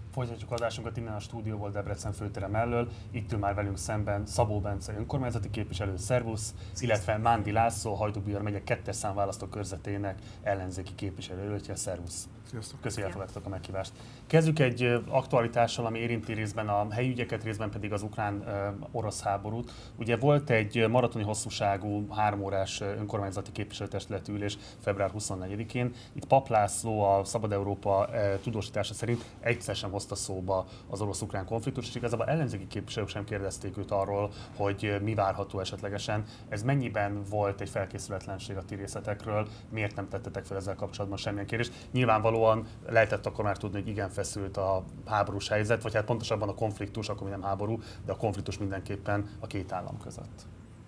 Folytatjuk adásunkat innen a stúdióból Debrecen főtere mellől. Itt ül már velünk szemben Szabó Bence önkormányzati képviselő, szervusz, illetve Mándi László, Hajdú-Bihar megye 2. szám választókörzetének ellenzéki képviselőjelöltje, szervusz. Sziasztok. Köszönjük, elfogadtatok a meghívást. Kezdjük egy aktualitással, ami érinti részben a helyi ügyeket, részben pedig az ukrán-orosz háborút. Ugye volt egy maratoni hosszúságú 3 órás önkormányzati képviselőtestületi ülés február 24-én. Itt Pap László, a Szabad Európa tudósítása szerint egyszer sem hozta szóba az orosz-ukrán konfliktus, és igazából ellenzéki képviselők sem kérdezték őt arról, hogy mi várható esetlegesen. Ez mennyiben volt egy felkészületlenség a ti részletekről, miért nem tettetek fel ezzel kapcsolatban semmilyen kérdést? Nyilvánvalóan lehetett akkor már tudni, hogy igen feszült a háborús helyzet, vagy hát pontosabban a konfliktus, akkor nem háború, de a konfliktus mindenképpen a két állam között.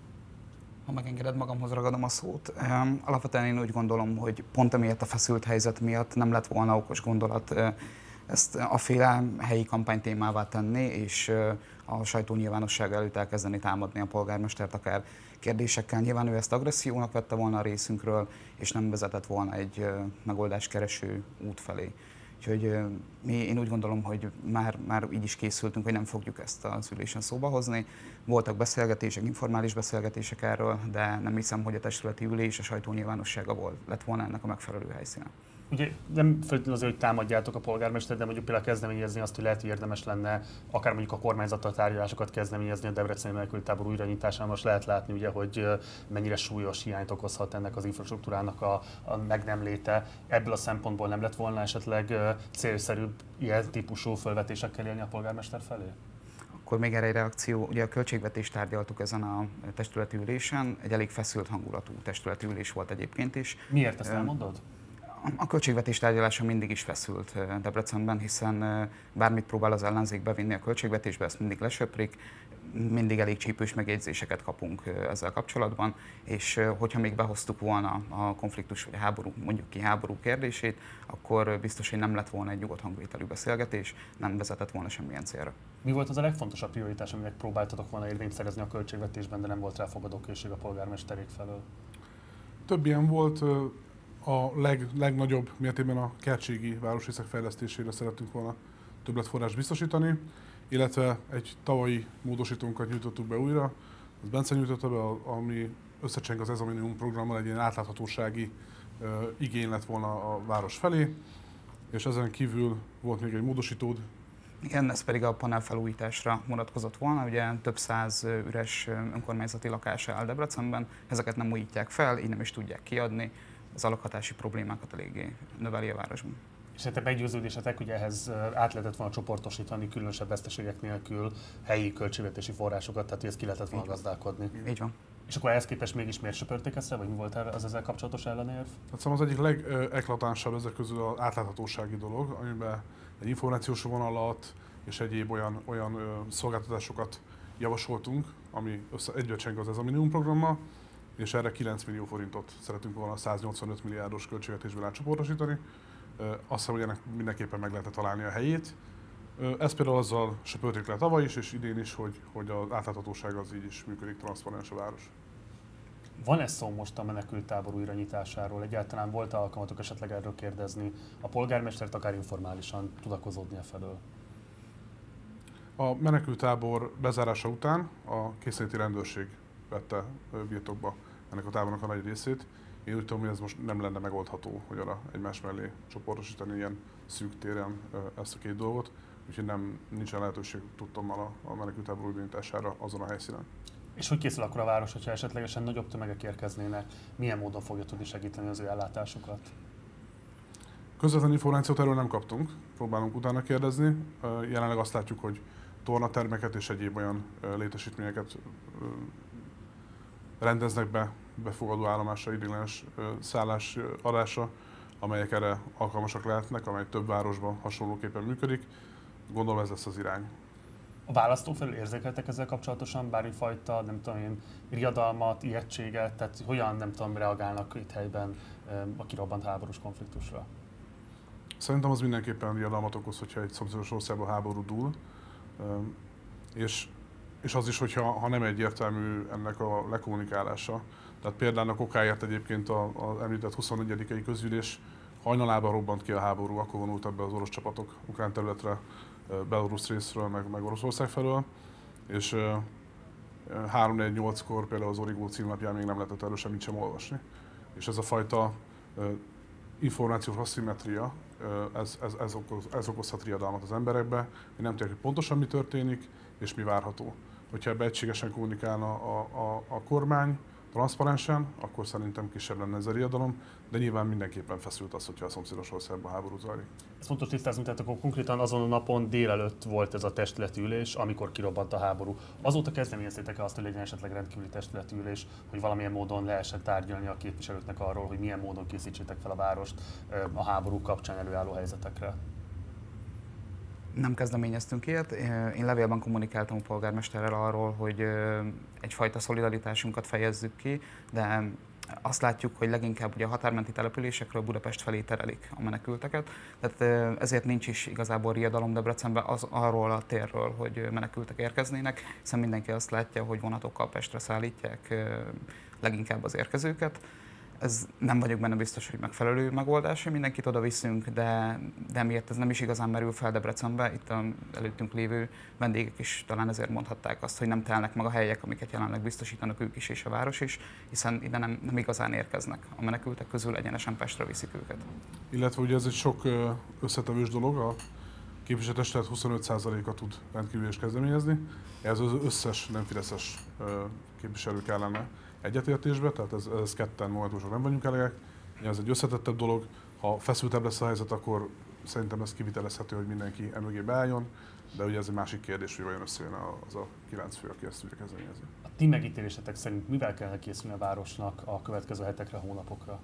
Ha megengeded, magamhoz ragadom a szót. Alapvetően én úgy gondolom, hogy pont emiatt a feszült helyzet miatt nem lett volna okos gondolat ezt a féle helyi kampánytémává tenni, és a sajtó nyilvánosság előtt elkezdeni támadni a polgármestert, akár kérdésekkel. Nyilván ő ezt agressziónak vette volna a részünkről, és nem vezetett volna egy megoldáskereső út felé. Úgyhogy én úgy gondolom, hogy már így is készültünk, hogy nem fogjuk ezt az ülésen szóba hozni. Voltak beszélgetések, informális beszélgetések erről, de nem hiszem, hogy a testületi ülés a sajtó nyilvánossága lett volna ennek a megfelelő helyszíne. Ugye nem feltétlenül azért, hogy támadjátok a polgármestert, de mondjuk például kezdeményezni azt, hogy lehet, hogy érdemes lenne akár mondjuk a kormányzattal tárgyalásokat kezdeményezni a debreceni menekülttábor újraindításán. Most lehet látni, ugye, hogy mennyire súlyos hiányt okozhat ennek az infrastruktúrának a meg nem léte. Ebből a szempontból nem lett volna esetleg célszerűbb ilyen típusú felvetésekkel élni a polgármester felé? Akkor még erre egy reakció. Ugye a költségvetést tárgyaltuk ezen a testületi ülésen, egy elég feszült hangulatú testületi ülés volt egyébként is. Miért ezt elmondod? A költségvetés tárgyalása mindig is feszült Debrecenben, hiszen bármit próbál az ellenzék bevinni a költségvetésbe, ezt mindig lesöprik, mindig elég csípős megjegyzéseket kapunk ezzel kapcsolatban, és hogyha még behoztuk volna a konfliktus vagy a háború, mondjuk ki háború kérdését, akkor biztos, hogy nem lett volna egy nyugodt hangvételű beszélgetés, nem vezetett volna semmilyen célra. Mi volt az a legfontosabb prioritás, aminek próbáltatok volna érvényt szerezni a költségvetésben, de nem volt rá fogadókészség a polgármesterék felől? Több ilyen volt. A legnagyobb mértékben a kertségi városrészek fejlesztésére szerettünk volna többletforrást biztosítani, illetve egy tavalyi módosítónkat nyújtottuk be újra. Ez Bence nyújtotta be, ami összecseng az Ez a Minimum programmal, egy ilyen átláthatósági igény lett volna a város felé, és ezen kívül volt még egy módosítód. Igen, ez pedig a panel felújításra vonatkozott volna, ugye több száz üres önkormányzati lakása áll Debrecenben, ezeket nem újítják fel, így nem is tudják kiadni. Az lakhatási problémákat eléggé növeli a városban. És szerintem meggyőződésetek, hogy ehhez át lehetett volna csoportosítani különösebb veszteségek nélkül helyi költségvetési forrásokat, tehát ezt ki lehetett volna gazdálkodni. Így van. És akkor ehhez képest mégis miért söpörték ezt, vagy mi volt az ezzel kapcsolatos ellenérv? Hát szóval az egyik legeklatánsabb ezek közül az átláthatósági dolog, amiben egy információs vonalat és egyéb olyan szolgáltatásokat javasoltunk, ami egybecseng az Ez a Minimum programmal, és erre 9 millió forintot szeretünk volna 185 milliárdos költségvetésből átcsoportosítani. Azt hiszem, hogy ennek mindenképpen meg lehetett találni a helyét. Ez például azzal söpörték le tavaly is, és idén is, hogy az átláthatóság az így is működik, transzparens a város. Van-e szó most a menekülttábor újranyitásáról? Egyáltalán volt alkalmatok esetleg erről kérdezni a polgármestert, akár informálisan tudakozódni e felől? A menekülttábor bezárása után a készenléti rendőrség vette birtokba ennek a tábornak a nagy részét. Én úgy tudom, hogy ez most nem lenne megoldható, hogy arra egymás mellé csoportosítani ilyen szűk téren ezt a két dolgot, úgyhogy nincsen lehetőség tudtommal a menekülttábor újraindítására azon a helyszínen. És hogy készül akkor a város, hogyha esetlegesen nagyobb tömegek érkeznének, milyen módon fogja tudni segíteni az ő ellátásukat? Közvetlen információt erről nem kaptunk, próbálunk utána kérdezni. Jelenleg azt látjuk, hogy tornatermeket és egyéb olyan létesítményeket rendeznek be befogadó állomásra, ideiglenes szállás adásra, amelyek erre alkalmasak lehetnek, amely több városban hasonlóképpen működik. Gondolom ez lesz az irány. A választók felül érzékeltek ezzel kapcsolatosan bármifajta, nem tudom én, riadalmat, ijegységet, tehát hogyan, nem tudom, reagálnak itt helyben a kirobbant háborús konfliktusra? Szerintem az mindenképpen riadalmat okoz, hogyha egy szomszédos országban háború dúl, és az is, hogyha nem egyértelmű ennek a lekommunikálása. Tehát például a kokáért egyébként az említett 24. közgyűlés hajnalában robbant ki a háború, akkor vonultak be az orosz csapatok ukrán területre, belorusz részről, meg Oroszország felől, és 3-4-8-kor például az Origó címlapján még nem lehetett erről semmit sem olvasni. És ez a fajta információs aszimmetria, ez okozhat riadalmat az emberekbe, hogy nem tudják, hogy pontosan mi történik és mi várható. Hogyha ebbe egységesen kommunikálna a kormány, transzparensen, akkor szerintem kisebb lenne ez a riadalom, de nyilván mindenképpen feszült az, hogyha a szomszédos országban háború zajlik. Ez fontos tisztázni, tehát akkor konkrétan azon a napon délelőtt volt ez a testületi ülés, amikor kirobbant a háború. Azóta kezdeményeztétek-e azt, hogy legyen esetleg rendkívüli testületi ülés, hogy valamilyen módon lehessen tárgyalni a képviselőknek arról, hogy milyen módon készítsétek fel a várost a háború kapcsán előálló helyzetekre? Nem kezdeményeztünk ilyet. Én levélben kommunikáltam a polgármesterrel arról, hogy egyfajta szolidaritásunkat fejezzük ki, de azt látjuk, hogy leginkább ugye a határmenti településekről Budapest felé terelik a menekülteket. Tehát ezért nincs is igazából riadalom Debrecenben arról a térről, hogy menekültek érkeznének, hiszen mindenki azt látja, hogy vonatokkal Pestre szállítják leginkább az érkezőket. Ez nem vagyok benne biztos, hogy megfelelő megoldás, hogy mindenkit oda viszünk, de miért ez nem is igazán merül fel Debrecenbe. Itt az előttünk lévő vendégek is talán ezért mondhatták azt, hogy nem telnek meg a helyek, amiket jelenleg biztosítanak ők is és a város is, hiszen ide nem igazán érkeznek. A menekültek közül egyenesen Pestre viszik őket. Illetve ugye ez egy sok összetevős dolog, a képviselőtestület 25%-a tud rendkívül is kezdeményezni. Ez az összes nem fideszes képviselő kellene egyetértésbe, tehát ez ketten momentumosok nem vagyunk elegek. Ez egy összetettebb dolog, ha feszültebb lesz a helyzet, akkor szerintem ez kivitelezhető, hogy mindenki emögé beálljon, de ugye ez egy másik kérdés, hogy vajon összejön az a 9 fő, aki ezt tudja kezdeményezni. A ti megítélésetek szerint mivel kellene készülni a városnak a következő hetekre, hónapokra?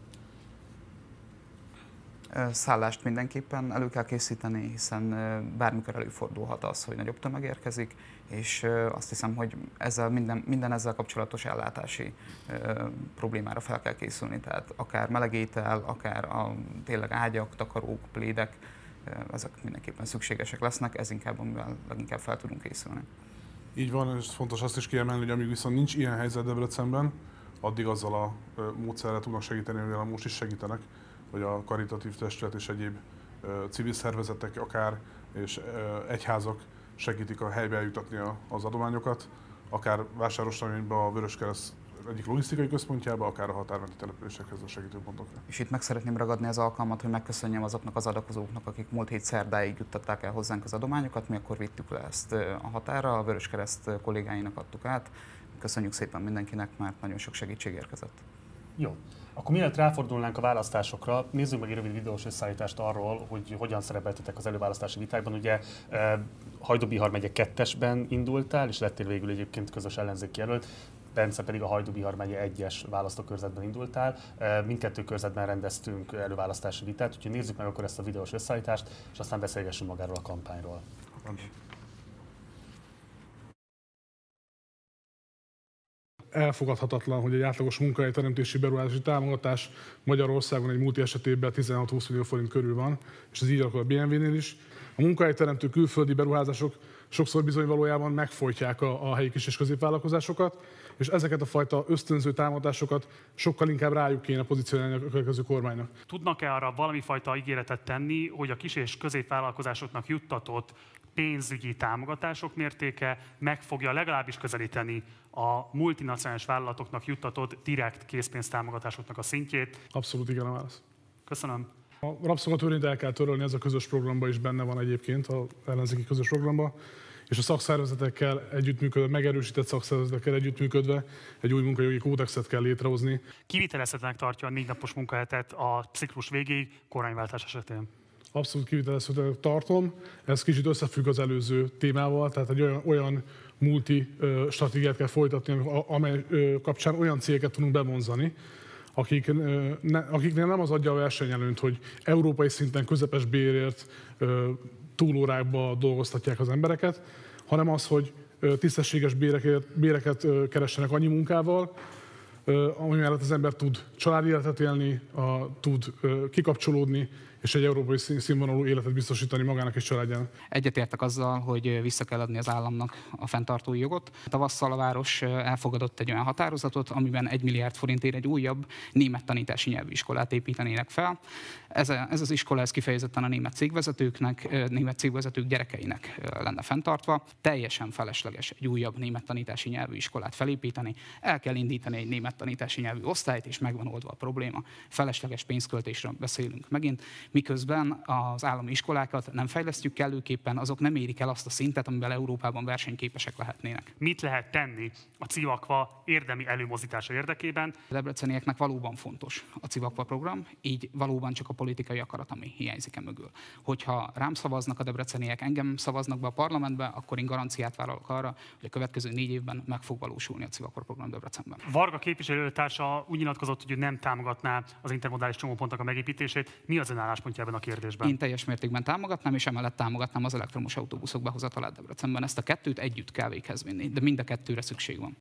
Szállást mindenképpen elő kell készíteni, hiszen bármikor előfordulhat az, hogy nagyobb tömeg érkezik, és azt hiszem, hogy minden ezzel kapcsolatos ellátási problémára fel kell készülni, tehát akár melegétel, akár tényleg ágyak, takarók, plédek, ezek mindenképpen szükségesek lesznek, ez inkább, amivel leginkább fel tudunk készülni. Így van, és fontos azt is kiemelni, hogy amíg viszont nincs ilyen helyzet Debrecenben, addig azzal a módszerrel tudnak segíteni, amivel most is segítenek, hogy a karitatív testület és egyéb civil szervezetek akár és egyházak segítik a helybe eljutatni az adományokat, akár Vásárosnaményben a Vöröskereszt egyik logisztikai központjába, akár a határmenti településekhez a segítőpontokra. És itt meg szeretném ragadni az alkalmat, hogy megköszönjem azoknak az adakozóknak, akik múlt hét szerdáig juttatták el hozzánk az adományokat, mi akkor vittük le ezt a határra, a Vöröskereszt kollégáinak adtuk át. Köszönjük szépen mindenkinek, mert nagyon sok segítség érkezett. Jó. Akkor mielőtt ráfordulnánk a választásokra, nézzük meg egy rövid videós összeállítást arról, hogy hogyan szerepeltetek az előválasztási vitákban. Ugye Hajdú-Bihar megye 2-esben indultál, és lettél végül egyébként közös ellenzéki jelölt. Bence pedig a Hajdú-Bihar megye 1-es választókörzetben indultál. Mindkettő körzetben rendeztünk előválasztási vitát, úgyhogy nézzük meg akkor ezt a videós összeállítást, és aztán beszélgessünk magáról a kampányról. Elfogadhatatlan, hogy egy átlagos munkahelyteremtési beruházási támogatás Magyarországon egy multi esetében 16-20 millió forint körül van, és ez így alakul a BMW-nél is. A munkahelyteremtő külföldi beruházások sokszor bizony valójában megfojtják a helyi kis és középvállalkozásokat, és ezeket a fajta ösztönző támogatásokat sokkal inkább rájuk kéne pozícionálni a következő kormánynak. Tudnak-e arra valami fajta ígéretet tenni, hogy a kis és középvállalkozásoknak juttatott pénzügyi támogatások mértéke meg fogja legalábbis közelíteni a multinacionális vállalatoknak juttatott direkt készpénztámogatásoknak a szintjét? Abszolút igen a válasz. Köszönöm. A rabszolgatörvényt el kell törölni, ez a közös programban is benne van egyébként, az ellenzéki közös programban, és a szakszervezetekkel együttműködve, megerősített szakszervezetekkel együttműködve egy új munkajogi kódexet kell létrehozni. Kivitelezhetőnek tartja a 4 napos munkahetet a ciklus végéig kormányváltás esetén? Abszolút kivitelezhetőnek tartom. Ez kicsit összefügg az előző témával, tehát egy olyan multi stratégiát kell folytatni, amely kapcsán olyan cégeket tudunk bevonzani, akiknél nem az adja a versenyelőnyt, hogy európai szinten közepes bérért túlórákba dolgoztatják az embereket, hanem az, hogy tisztességes béreket keressenek annyi munkával, ami mellett az ember tud családi életet élni, tud kikapcsolódni, és egy európai színvonalú életet biztosítani magának és családjának. Egyetértek azzal, hogy vissza kell adni az államnak a fenntartói jogot. Tavasszal a város elfogadott egy olyan határozatot, amiben 1 milliárd forintért egy újabb német tanítási nyelvű iskolát építenének fel. Ez az iskola kifejezetten a német cégvezetők gyerekeinek lenne fenntartva. Teljesen felesleges egy újabb német tanítási nyelvű iskolát felépíteni. El kell indítani egy német tanítási nyelvű osztályt, és megvan oldva a probléma. Felesleges pénzköltésről beszélünk megint, miközben az állami iskolákat nem fejlesztjük kellőképpen, azok nem érik el azt a szintet, amivel Európában versenyképesek lehetnének. Mit lehet tenni a Civakva érdemi előmozdítása érdekében? A debrecenieknek valóban fontos a Civakva program, így valóban csak a politikai akarat, ami hiányzik e mögül. Hogyha rám szavaznak a debreceniek, engem szavaznak be a parlamentbe, akkor én garanciát vállalok arra, hogy a következő 4 évben meg fog valósulni a Civakva program Debrecenben. Varga képviselőtársa úgy nyilatkozott, hogy nem támogatná az intermodális csomópontok a megépítését. Mi az ön álláspontja ebben a kérdésben? Én teljes mértékben támogatnám, és emellett támogatnám az elektromos autóbuszok behozatalát Debrecenben. Ezt a kettőt együtt kell véghez vinni, de mind a kettőre szükség van.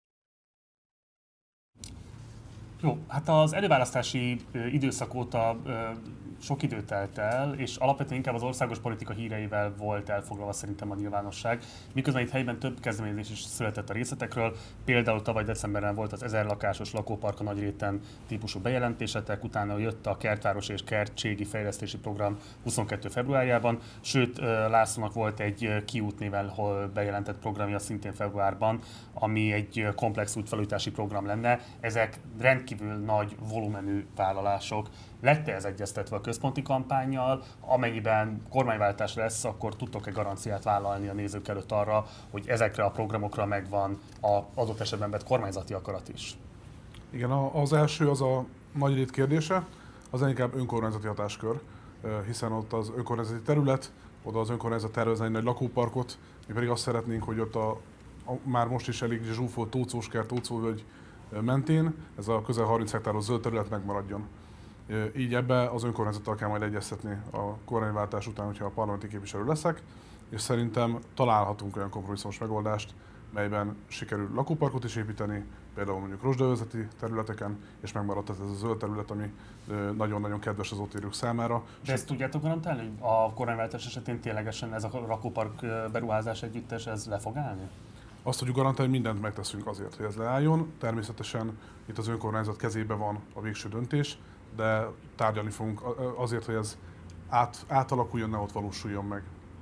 Jó, hát az előválasztási időszak óta sok idő telt el, és alapvetően inkább az országos politika híreivel volt elfoglalva szerintem a nyilvánosság. Miközben itt helyben több kezdeményezés is született a részletekről, például tavaly decemberben volt az 1000 lakásos lakópark a Nagyréten típusú bejelentésetek, utána jött a Kertvárosi és Kertségi Fejlesztési Program 22. februárjában, sőt Lászlónak volt egy Kiút néven bejelentett programja szintén februárban, ami egy komplex útfelújítási program lenne. Ezek rendkívül nagy volumenű vállalások. Lett-e ez egyeztetve a központi kampánnyal? Amennyiben kormányváltás lesz, akkor tudtok-e garanciát vállalni a nézők előtt arra, hogy ezekre a programokra megvan az adott esetben vett kormányzati akarat is? Igen, az első az a Nagyrét kérdése, az inkább önkormányzati hatáskör, hiszen ott az önkormányzati terület, oda az önkormányzat tervez egy nagy lakóparkot, mi pedig azt szeretnénk, hogy ott a már most is elég zsúfolt Tóczóskert, Tóczóvölgy mentén ez a közel 30 hektáros zöld terület megmaradjon. Így ebbe az önkormányzattal kell majd egyeztetni a kormányváltás után, hogyha a parlamenti képviselő leszek, és szerintem találhatunk olyan kompromisszumos megoldást, melyben sikerül lakóparkot is építeni, például mondjuk rozsdaövezeti területeken, és megmaradt ez a zöld terület, ami nagyon-nagyon kedves az ott élők számára. De ezt tudjátok garantálni, hogy a kormányváltás esetén ténylegesen ez a lakópark beruházás együttes, ez le fog állni? Azt tudjuk garantálni, hogy mindent megteszünk azért, hogy ez leálljon. Természetesen itt az önkormányzat kezében van a végső döntés, de tárgyalni fogunk azért, hogy ez átalakuljon, ne ott valósuljon meg.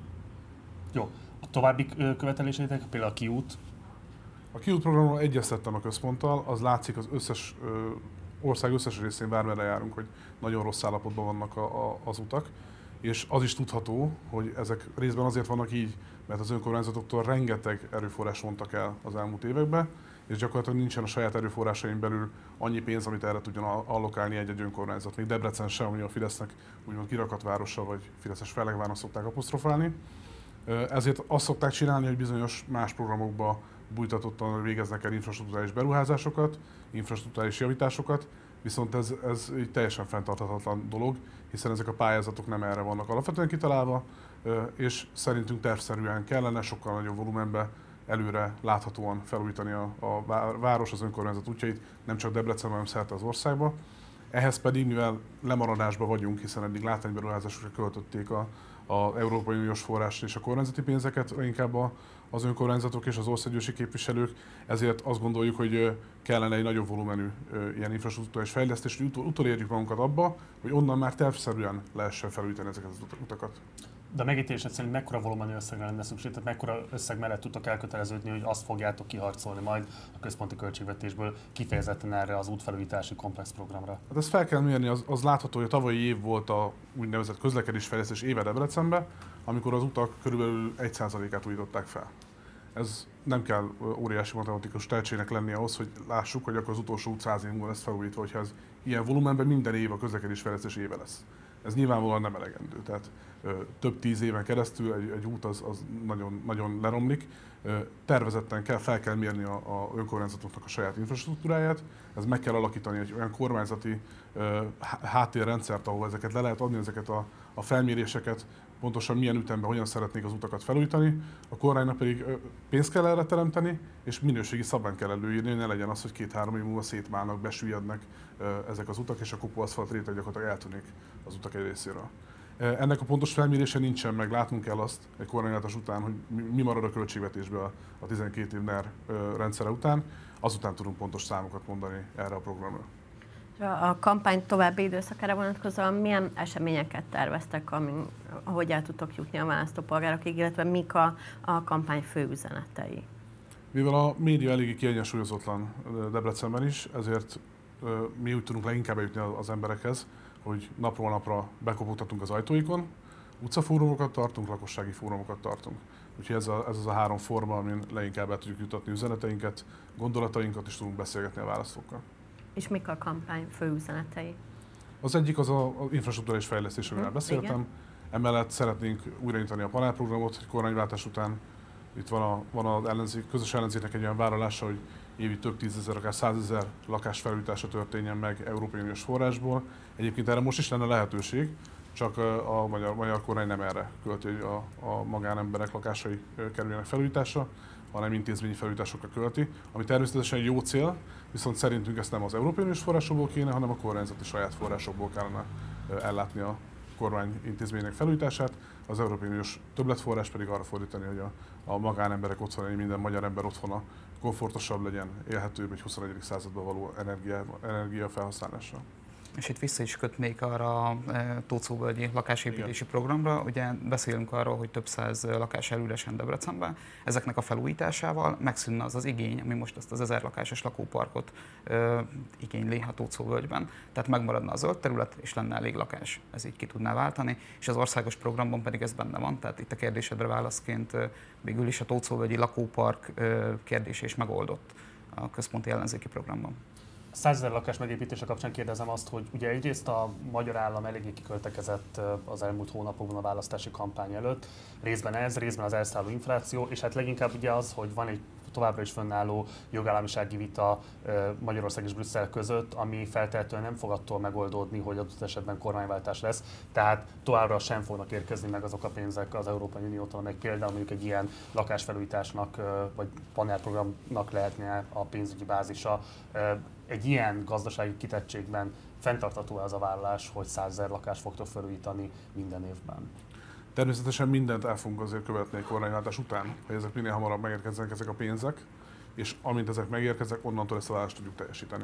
Jó. A további követeléseitek, például a Kiút? A Kiút programról egyeztettem a központtal, az látszik az összes ország összes részén, bármerre járunk, hogy nagyon rossz állapotban vannak az utak. És az is tudható, hogy ezek részben azért vannak így, mert az önkormányzatoktól rengeteg erőforrás vontak el az elmúlt években, és gyakorlatilag nincsen a saját erőforrásain belül annyi pénz, amit erre tudjon allokálni egy önkormányzat. Még Debrecen sem, ami a Fidesznek úgymond kirakatvárosa, vagy Fideszes fellegvárnak szokták apostrofálni. Ezért azt szokták csinálni, hogy bizonyos más programokba bújtatottan végeznek el infrastruktúrális beruházásokat, infrastruktúrális javításokat, viszont ez egy teljesen fenntarthatatlan dolog, hiszen ezek a pályázatok nem erre vannak alapvetően kitalálva, és szerintünk tervszerűen kellene sokkal nagyobb volumenbe előre láthatóan felújítani a város, az önkormányzat útjait, nem csak Debrecenben, hanem szerte az országba. Ehhez pedig, mivel lemaradásban vagyunk, hiszen eddig látványberuházásokra költötték az Európai Uniós forrás és a kormányzati pénzeket, inkább az önkormányzatok és az országgyűlési képviselők, ezért azt gondoljuk, hogy kellene egy nagyobb volumenű ilyen infrastruktúrális fejlesztés, hogy utolérjük magunkat abba, hogy onnan már tervszerűen lehessen felújítani ezeket az utakat. De a megítélésed szerint mekkora volumenű összegre lenne szükség, tehát mekkora összeg mellett tudtok elköteleződni, hogy azt fogjátok kiharcolni majd a központi költségvetésből kifejezetten erre az útfelújítási komplex programra? Hát ezt fel kell mérni, az látható, hogy a tavalyi év volt a úgynevezett közlekedésfejlesztés éve Debrecenben, amikor az utak körülbelül 1%-át újították fel. Ez nem kell óriási matematikus tehetségnek lenni ahhoz, hogy lássuk, hogy akkor az utolsó út 100 év múlva lesz felújítva, hogyha ez ilyen volumenben minden év a közlekedésfejlesztés éve lesz. Ez nyilvánvalóan nem elegendő, tehát több 10 éven keresztül egy út az nagyon, nagyon leromlik. Tervezetten fel kell mérni a önkormányzatoknak a saját infrastruktúráját, ez meg kell alakítani egy olyan kormányzati háttérrendszert, ahol ezeket le lehet adni, ezeket a felméréseket pontosan milyen ütemben, hogyan szeretnék az utakat felújítani, a kormánynak pedig pénzt kell erre teremteni, és minőségi szabványt kell előírni, hogy ne legyen az, hogy 2-3 év múlva szétmálnak, besüllyednek ezek az utak, és a kupóaszfalt réteg gyakorlatilag eltűnik az utak egy részéről. Ennek a pontos felmérése nincsen meg, látnunk kell azt egy kormányváltás után, hogy mi marad a költségvetésből a 12 év NER rendszere után, azután tudunk pontos számokat mondani erre a programra. A kampány további időszakára vonatkozóan milyen eseményeket terveztek, ahogy el tudtok jutni a választópolgárokig, illetve mik a kampány fő üzenetei? Mivel a média eléggé kiegyensúlyozatlan Debrecenben is, ezért mi úgy tudunk leginkább eljutni az emberekhez, hogy napról napra bekopogtatunk az ajtóikon, utcafórumokat tartunk, lakossági fórumokat tartunk. Úgyhogy ez az a 3 forma, amin leginkább el tudjuk jutatni üzeneteinket, gondolatainkat, és tudunk beszélgetni a választókkal. És mik a kampány fő üzenetei? Az egyik az az infrastruktúrális fejlesztés, amiről beszéltem. Igen. Emellett szeretnénk újraindítani a panelprogramot, hogy kormányváltás után itt van az közös ellenzéknek egy olyan vállalása, hogy évi több 10 000, akár 100 000 lakás felújítása történjen meg Európai Uniós forrásból. Egyébként erre most is lenne lehetőség, csak a magyar kormány nem erre költi, hogy a magánemberek lakásai kerüljenek felújításra, hanem intézményi felújításokra költi, ami természetesen jó cél, viszont szerintünk ezt nem az Európai Uniós forrásokból kéne, hanem a kormányzati saját forrásokból kellene ellátni a kormány intézménynek felújítását, az Európai Uniós többletforrás pedig arra fordítani, hogy a magánemberek otthona, minden magyar ember otthona komfortosabb legyen, élhetőbb egy 21. században való energia felhasználásra. És itt vissza is kötnék arra a Tóczóvölgyi lakásépítési programra. Ugye beszélünk arról, hogy több száz lakás elülesen Debrecenben. Ezeknek a felújításával megszűnne az az igény, ami most azt az 1000 lakásos lakóparkot igényli a Tóczóvölgyben. Tehát megmaradna a zöld terület, és lenne elég lakás. Ez így ki tudná váltani, és az országos programban pedig ez benne van. Tehát itt a kérdésedre válaszként végül is a Tóczóvölgyi lakópark kérdése is megoldott a központi ellenzéki programban. 100 000 lakás megépítése kapcsán kérdezem azt, hogy ugye egyrészt a magyar állam eléggé kiköltekezett az elmúlt hónapokban a választási kampány előtt, részben ez, részben az elszálló infláció, és hát leginkább ugye az, hogy van egy továbbra is fönnálló jogállamisági vita Magyarország és Brüsszel között, ami feltehetően nem fog attól megoldódni, hogy adott esetben kormányváltás lesz. Tehát továbbra sem fognak érkezni meg azok a pénzek az Európai Uniótól, amelyek például mondjuk egy ilyen lakásfelújításnak vagy panelprogramnak lehetne a pénzügyi bázisa. Egy ilyen gazdasági kitettségben fenntartható az a vállalás, hogy 100 000 lakást fogtok felújítani minden évben? Természetesen mindent el fogunk azért követni egy kormányváltás után, hogy ezek minél hamarabb megérkezzenek ezek a pénzek, és amint ezek megérkeznek, onnantól ezt a vállalást tudjuk teljesíteni.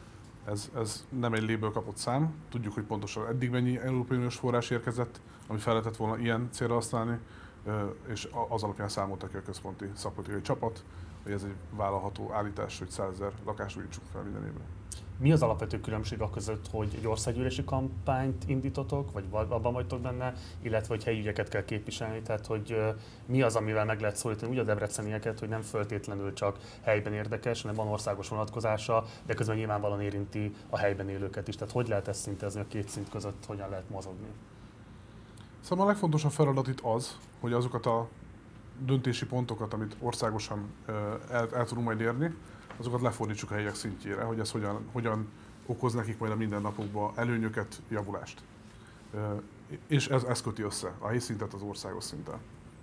Ez nem egy léből kapott szám, tudjuk, hogy pontosan eddig mennyi Európai Uniós forrás érkezett, ami fel lehetett volna ilyen célra használni, és az alapján számoltak ki a központi szakpolitikai csapat, hogy ez egy vállalható állítás, hogy 100 000 lakást újítsunk fel minden évben. Mi az alapvető különbség a között, hogy egy országgyűlési kampányt indítotok, vagy abban vagytok benne, illetve hogy helyi ügyeket kell képviselni, tehát hogy mi az, amivel meg lehet szólítani úgy a debrecenieket, hogy nem föltétlenül csak helyben érdekes, hanem van országos vonatkozása, de közben nyilvánvalóan érinti a helyben élőket is. Tehát hogy lehet ezt szintezni a két szint között, hogyan lehet mozogni? Szóval a legfontosabb feladat itt az, hogy azokat a döntési pontokat, amit országosan el tudunk majd érni, azokat lefordítsuk a helyiek szintjére, hogy ez hogyan okoz nekik majd a mindennapokban előnyöket, javulást. És ez köti össze a helyi szintet az országos szinten.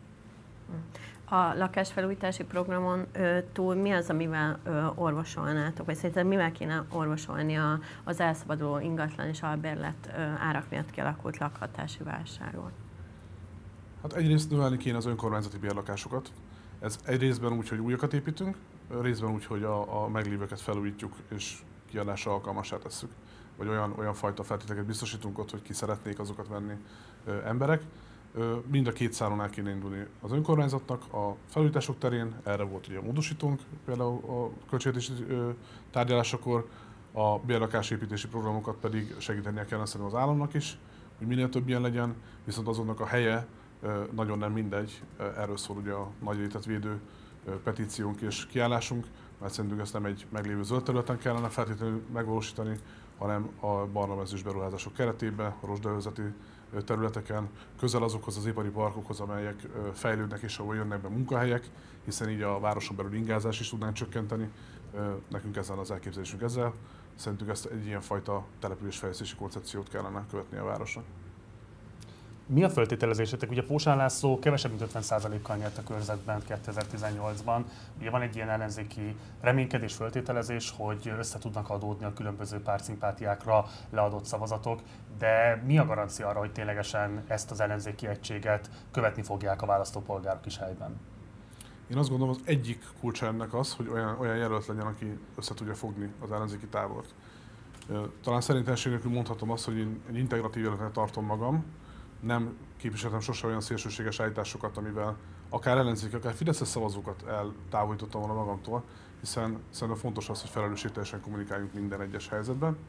A lakásfelújítási programon túl mi az, amivel orvosolnátok, vagy szerintem mivel kéne orvosolni az elszabaduló ingatlan és albérlet árak miatt kialakult lakhatási válságot? Hát egyrészt növelni kéne az önkormányzati bérlakásokat. Ez egy részben úgy, hogy újakat építünk, részben úgy, hogy a meglévőket felújítjuk és kiadásra alkalmassá tesszük. Vagy olyan fajta feltételeket biztosítunk ott, hogy ki szeretnék azokat venni emberek. Mind a két szálon el kéne indulni az önkormányzatnak, a felújítások terén, erre volt ugye a módosítónk, például a költségvetési tárgyalásakor, a bérlakásépítési programokat pedig segítenie kellene szerintem az államnak is, hogy minél több ilyen legyen, viszont azonnak a helye nagyon nem mindegy, erről szól ugye a nagy létet védő petíciónk és kiállásunk, mert szerintünk ezt nem egy meglévő zöld területen kellene feltétlenül megvalósítani, hanem a barnamezős beruházások keretében, a rozsdaövezeti területeken, közel azokhoz az ipari parkokhoz, amelyek fejlődnek és ahol jönnek be munkahelyek, hiszen így a városon belül ingázás is tudnánk csökkenteni. Nekünk ezen az elképzelésünk ezzel. Szerintünk ezt egy ilyenfajta településfejlesztési koncepciót kellene követni a városnak. Mi a föltételezésetek? Ugye Pósán László kevesebb mint 50%-kal nyert a körzetben 2018-ban. Ugye van egy ilyen ellenzéki reménykedés, föltételezés, hogy össze tudnak adódni a különböző pártszimpátiákra leadott szavazatok, de mi a garancia arra, hogy ténylegesen ezt az ellenzéki egységet követni fogják a választópolgárok is helyben? Én azt gondolom, az egyik kulcsa ennek az, hogy olyan jelölt legyen, aki össze tudja fogni az ellenzéki tábort. Talán szerintenség nélkül mondhatom azt, hogy én egy integratív jelöltnek tartom magam, nem képviseltem sose olyan szélsőséges állításokat, amivel akár ellenzéki, akár fideszes szavazókat eltávolítottam volna magamtól, hiszen szerintem fontos az, hogy felelősségteljesen kommunikáljunk minden egyes helyzetben.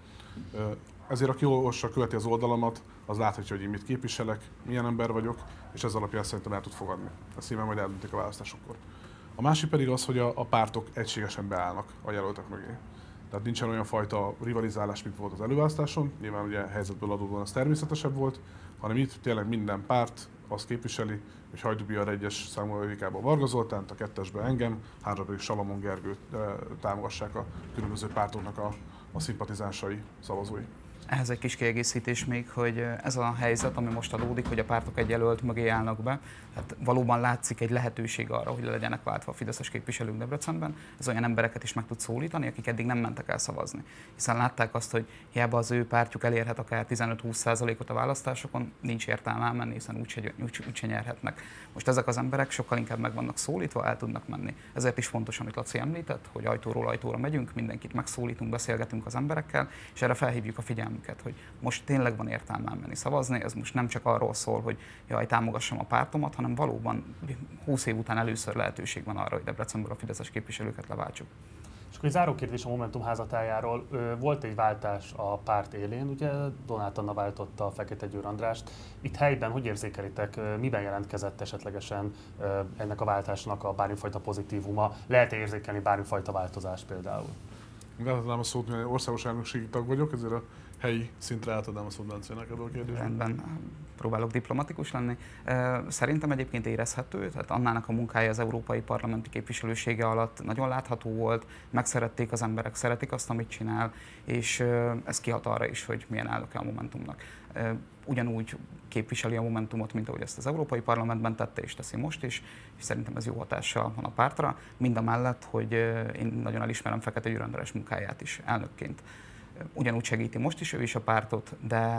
Ezért aki olvassa, követi az oldalamat, az láthatja, hogy én mit képviselek, milyen ember vagyok, és ez alapján szerintem el tud fogadni. Ezt nyilván majd eldöntik a választásokkor. A másik pedig az, hogy a pártok egységesen beállnak a jelöltek mögé. Tehát nincsen olyan fajta rivalizálás, mint volt az előválasztáson, nyilván ugye helyzetből adódóan az természetesebb volt, hanem itt tényleg minden párt azt képviseli, hogy Hajdú-Bihar 1-es számú Evikába Varga Zoltánt, a 2-esbe engem, 3-ra pedig Salamon Gergőt támogassák a különböző pártoknak a szimpatizánsai, szavazói. Ehhez egy kis kiegészítés még, hogy ez a helyzet, ami most adódik, hogy a pártok egy jelölt mögé állnak be, hát valóban látszik egy lehetőség arra, hogy le legyenek váltva a fideszes képviselők Debrecenben. Ez olyan embereket is meg tud szólítani, akik eddig nem mentek el szavazni. Hiszen látták azt, hogy hiába az ő pártjuk elérhet akár 15-20%-ot a választásokon, nincs értelme elmenni, hiszen úgyse nyerhetnek. Most ezek az emberek sokkal inkább meg vannak szólítva, el tudnak menni. Ezért is fontos, amit Laci említett, hogy ajtóról ajtóra megyünk, mindenkit megszólítunk, beszélgetünk az emberekkel, és erre felhívjuk a figyelmüket, hogy most tényleg van értelme elmenni szavazni. Ez most nem csak arról szól, hogy jaj, támogassam a pártomat, hanem valóban 20 év után először lehetőség van arra, hogy Debrecenből a fideszes képviselőket leváltsuk. És akkor egy záró kérdés a Momentum házatájáról. Volt egy váltás a párt élén, ugye Donát Anna váltotta a Fekete Győr Andrást. Itt helyben hogy érzékelitek, miben jelentkezett esetlegesen ennek a váltásnak a bármifajta pozitívuma? Lehet-e érzékelni bármifajta változást például? Átadnám a szót, mert országos elnökségi tag vagyok, ezért a helyi szintre átadnám a szót Bencének ebből a kérdésben. Rendben, próbálok diplomatikus lenni. Szerintem egyébként érezhető, tehát Annának a munkája az európai parlamenti képviselősége alatt nagyon látható volt, megszerették az emberek, szeretik azt, amit csinál, és ez kihat arra is, hogy milyen elnöke a Momentumnak. Ugyanúgy képviseli a Momentumot, mint ahogy ezt az Európai Parlamentben tette és teszi most is, és szerintem ez jó hatással van a pártra, mindamellett, hogy én nagyon elismerem Fekete Győr András munkáját is elnökként. Ugyanúgy segíti most is ő is a pártot,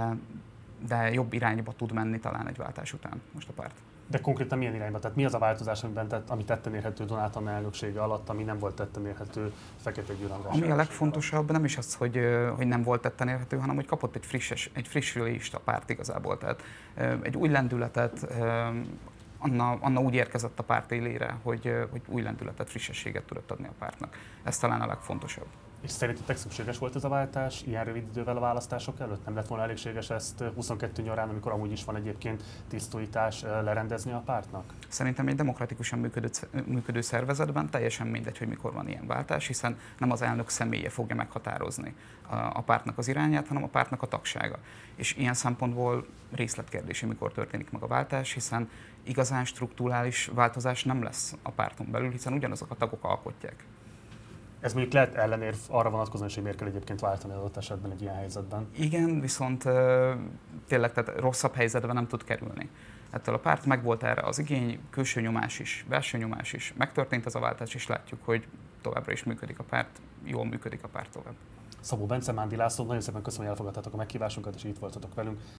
de jobb irányba tud menni talán egy váltás után most a párt. De konkrétan milyen irányba? Tehát mi az a változás, ami tetten érhető Donát Anna elnöksége alatt, ami nem volt tetten érhető Fekete Győr András? Ami a legfontosabb, nem is az, hogy nem volt tetten érhető, hanem hogy kapott egy frissülést a párt igazából. Tehát egy új lendületet, Anna úgy érkezett a párt élére, hogy új lendületet, frissességet tudott adni a pártnak. Ez talán a legfontosabb. És szerintetek szükséges volt ez a váltás ilyen rövid idővel a választások előtt? Nem lett volna elégséges ezt 22 nyarán, amikor amúgy is van egyébként tisztújítás, lerendezni a pártnak? Szerintem egy demokratikusan működő szervezetben teljesen mindegy, hogy mikor van ilyen váltás, hiszen nem az elnök személye fogja meghatározni a pártnak az irányát, hanem a pártnak a tagsága. És ilyen szempontból részletkérdés, mikor történik meg a váltás, hiszen igazán strukturális változás nem lesz a párton belül, hiszen ugyanazok a tagok alkotják. Ez mondjuk lehet ellenérv arra vonatkozóan, hogy miért kell egyébként váltani az adott esetben egy ilyen helyzetben. Igen, viszont tényleg tehát rosszabb helyzetben nem tud kerülni. Ettől a párt megvolt erre az igény, külső nyomás is, belső nyomás is. Megtörtént ez a váltás, és látjuk, hogy továbbra is működik a párt, jól működik a párt tovább. Szabó Bence, Mándi László, nagyon szépen köszönöm, hogy elfogadtátok a meghívásunkat, és itt voltatok velünk.